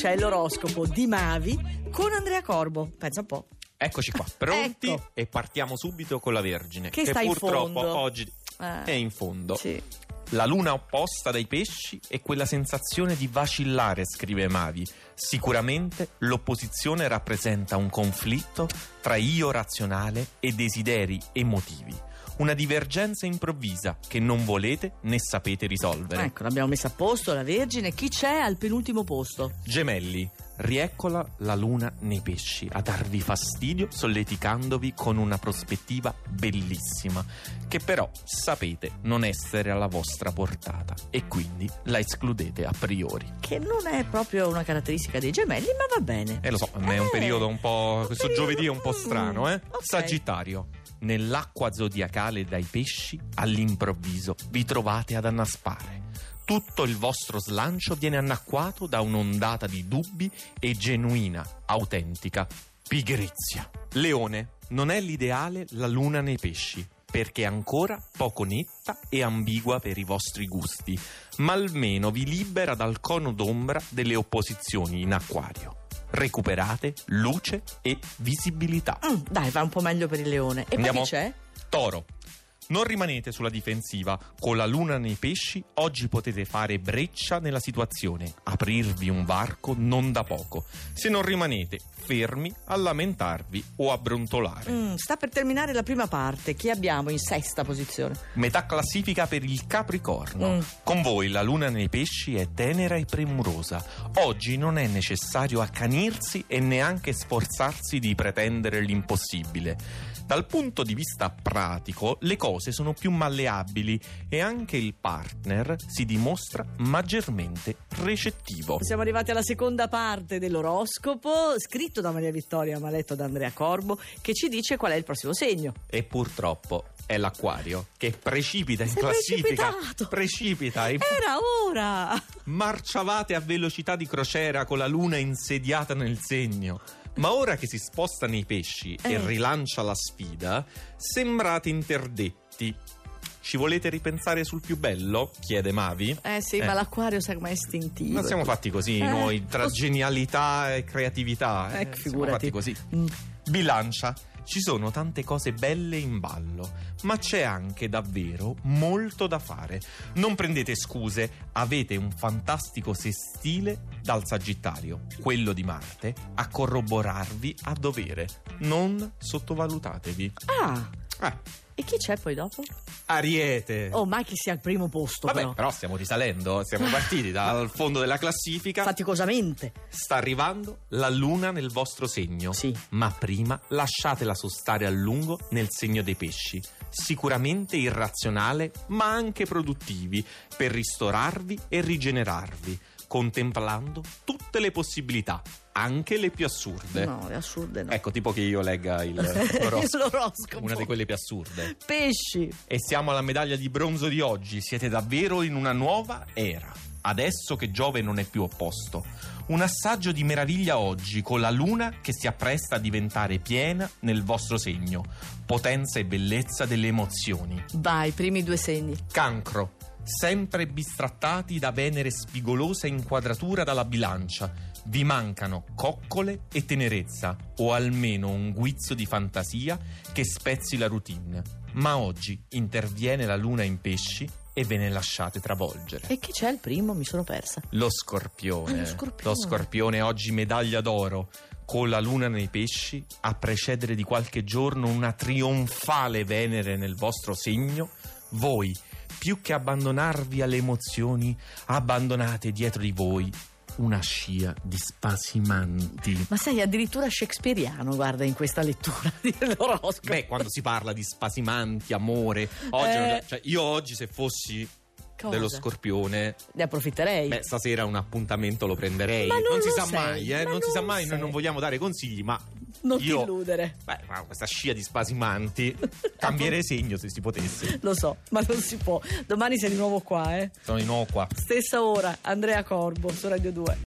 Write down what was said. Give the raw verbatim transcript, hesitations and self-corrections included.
c'è l'oroscopo di Mavi con Andrea Corbo. Pensa un po'. Eccoci qua, pronti? Ecco. E partiamo subito con la Vergine, che, che sta purtroppo in fondo. oggi eh. è in fondo. Sì. La luna opposta dai pesci è quella sensazione di vacillare, scrive Mavi. Sicuramente l'opposizione rappresenta un conflitto tra io razionale e desideri emotivi. Una divergenza improvvisa che non volete né sapete risolvere. Ecco, l'abbiamo messa a posto la Vergine. Chi c'è al penultimo posto? Gemelli, rieccola la luna nei pesci a darvi fastidio, solleticandovi con una prospettiva bellissima, che però sapete non essere alla vostra portata e quindi la escludete a priori. Che non è proprio una caratteristica dei Gemelli, ma va bene. Eh lo so, ma è un Eh, periodo un po'... questo periodo- giovedì è un po' strano, eh? Ok. Sagittario, nell'acqua zodiacale dai pesci, all'improvviso vi trovate ad annaspare. Tutto il vostro slancio viene annacquato da un'ondata di dubbi e genuina, autentica pigrizia. Leone, non è l'ideale la luna nei pesci, perché è ancora poco netta e ambigua per i vostri gusti, ma almeno vi libera dal cono d'ombra delle opposizioni in acquario. Recuperate luce e visibilità. Mm, dai, va un po' meglio per il Leone. E poi Andiamo? chi c'è? Toro, non rimanete sulla difensiva. Con la luna nei pesci oggi potete fare breccia nella situazione, aprirvi un varco non da poco, se non rimanete fermi a lamentarvi o a brontolare. Mm, sta per terminare la prima parte. Chi abbiamo in sesta posizione? Metà classifica per il Capricorno. Mm. Con voi la luna nei pesci è tenera e premurosa. Oggi non è necessario accanirsi e neanche sforzarsi di pretendere l'impossibile. Dal punto di vista pratico, le cose sono più malleabili e anche il partner si dimostra maggiormente recettivo. Siamo arrivati alla seconda parte dell'oroscopo, scritto da Maria Vittoria, ma letto da Andrea Corbo, che ci dice qual è il prossimo segno. E purtroppo è l'Acquario che precipita in Sei classifica. precipitato. Precipita. in- Era ora! Marciavate a velocità di crociera con la luna insediata nel segno. Ma ora che si sposta nei pesci Eh. e rilancia la sfida, sembrate interdetti. Ci volete ripensare sul più bello? Chiede Mavi. Eh sì, Eh. ma l'acquario sai com'è istintivo. Non siamo fatti così Eh. noi, tra genialità e creatività. eh. Ecco, Siamo figurati. fatti così. Mm. Bilancia. Ci sono tante cose belle in ballo, ma c'è anche davvero molto da fare. Non prendete scuse, avete un fantastico sestile dal Sagittario, quello di Marte, a corroborarvi a dovere. Non sottovalutatevi. Ah, Eh, e chi c'è poi dopo? Ariete. Oh, mai che sia al primo posto. Vabbè, però. però stiamo risalendo, siamo partiti dal fondo della classifica. Faticosamente. Sta arrivando la luna nel vostro segno. Sì. Ma prima lasciatela sostare a lungo nel segno dei pesci. Sicuramente irrazionale, ma anche produttivi, per ristorarvi e rigenerarvi, contemplando tutte le possibilità, anche le più assurde. No, è assurde no. Ecco, tipo che io legga il l'oroscopo, L'oroscopo. una di quelle più assurde. Pesci. E siamo alla medaglia di bronzo di oggi. Siete davvero in una nuova era, adesso che Giove non è più opposto. Un assaggio di meraviglia oggi, con la luna che si appresta a diventare piena nel vostro segno. Potenza e bellezza delle emozioni. Vai, primi due segni. Cancro, sempre bistrattati da Venere spigolosa inquadratura dalla bilancia. Vi mancano coccole e tenerezza, o almeno un guizzo di fantasia che spezzi la routine. Ma oggi interviene la luna in pesci e ve ne lasciate travolgere. E chi c'è al primo? Mi sono persa. Lo scorpione. Ah, lo scorpione. Lo scorpione oggi medaglia d'oro, con la luna nei pesci, a precedere di qualche giorno una trionfale Venere nel vostro segno. Voi, più che abbandonarvi alle emozioni, abbandonate dietro di voi una scia di spasimanti. Ma sei addirittura shakespeariano, guarda, in questa lettura dell'oroscopo. Beh, quando si parla di spasimanti, amore, oggi, Eh. cioè, io oggi se fossi Cosa? dello scorpione, Ne approfitterei. beh, stasera un appuntamento lo prenderei. Ma non si lo sa sei, mai, eh? ma Non si sa non mai, sei. noi non vogliamo dare consigli, ma non io, ti illudere. beh, ma questa scia di spasimanti, cambierei segno se si potesse. Lo so, ma non si può. Domani sei di nuovo qua, eh. Sono di nuovo qua. Stessa ora, Andrea Corbo su Radio due.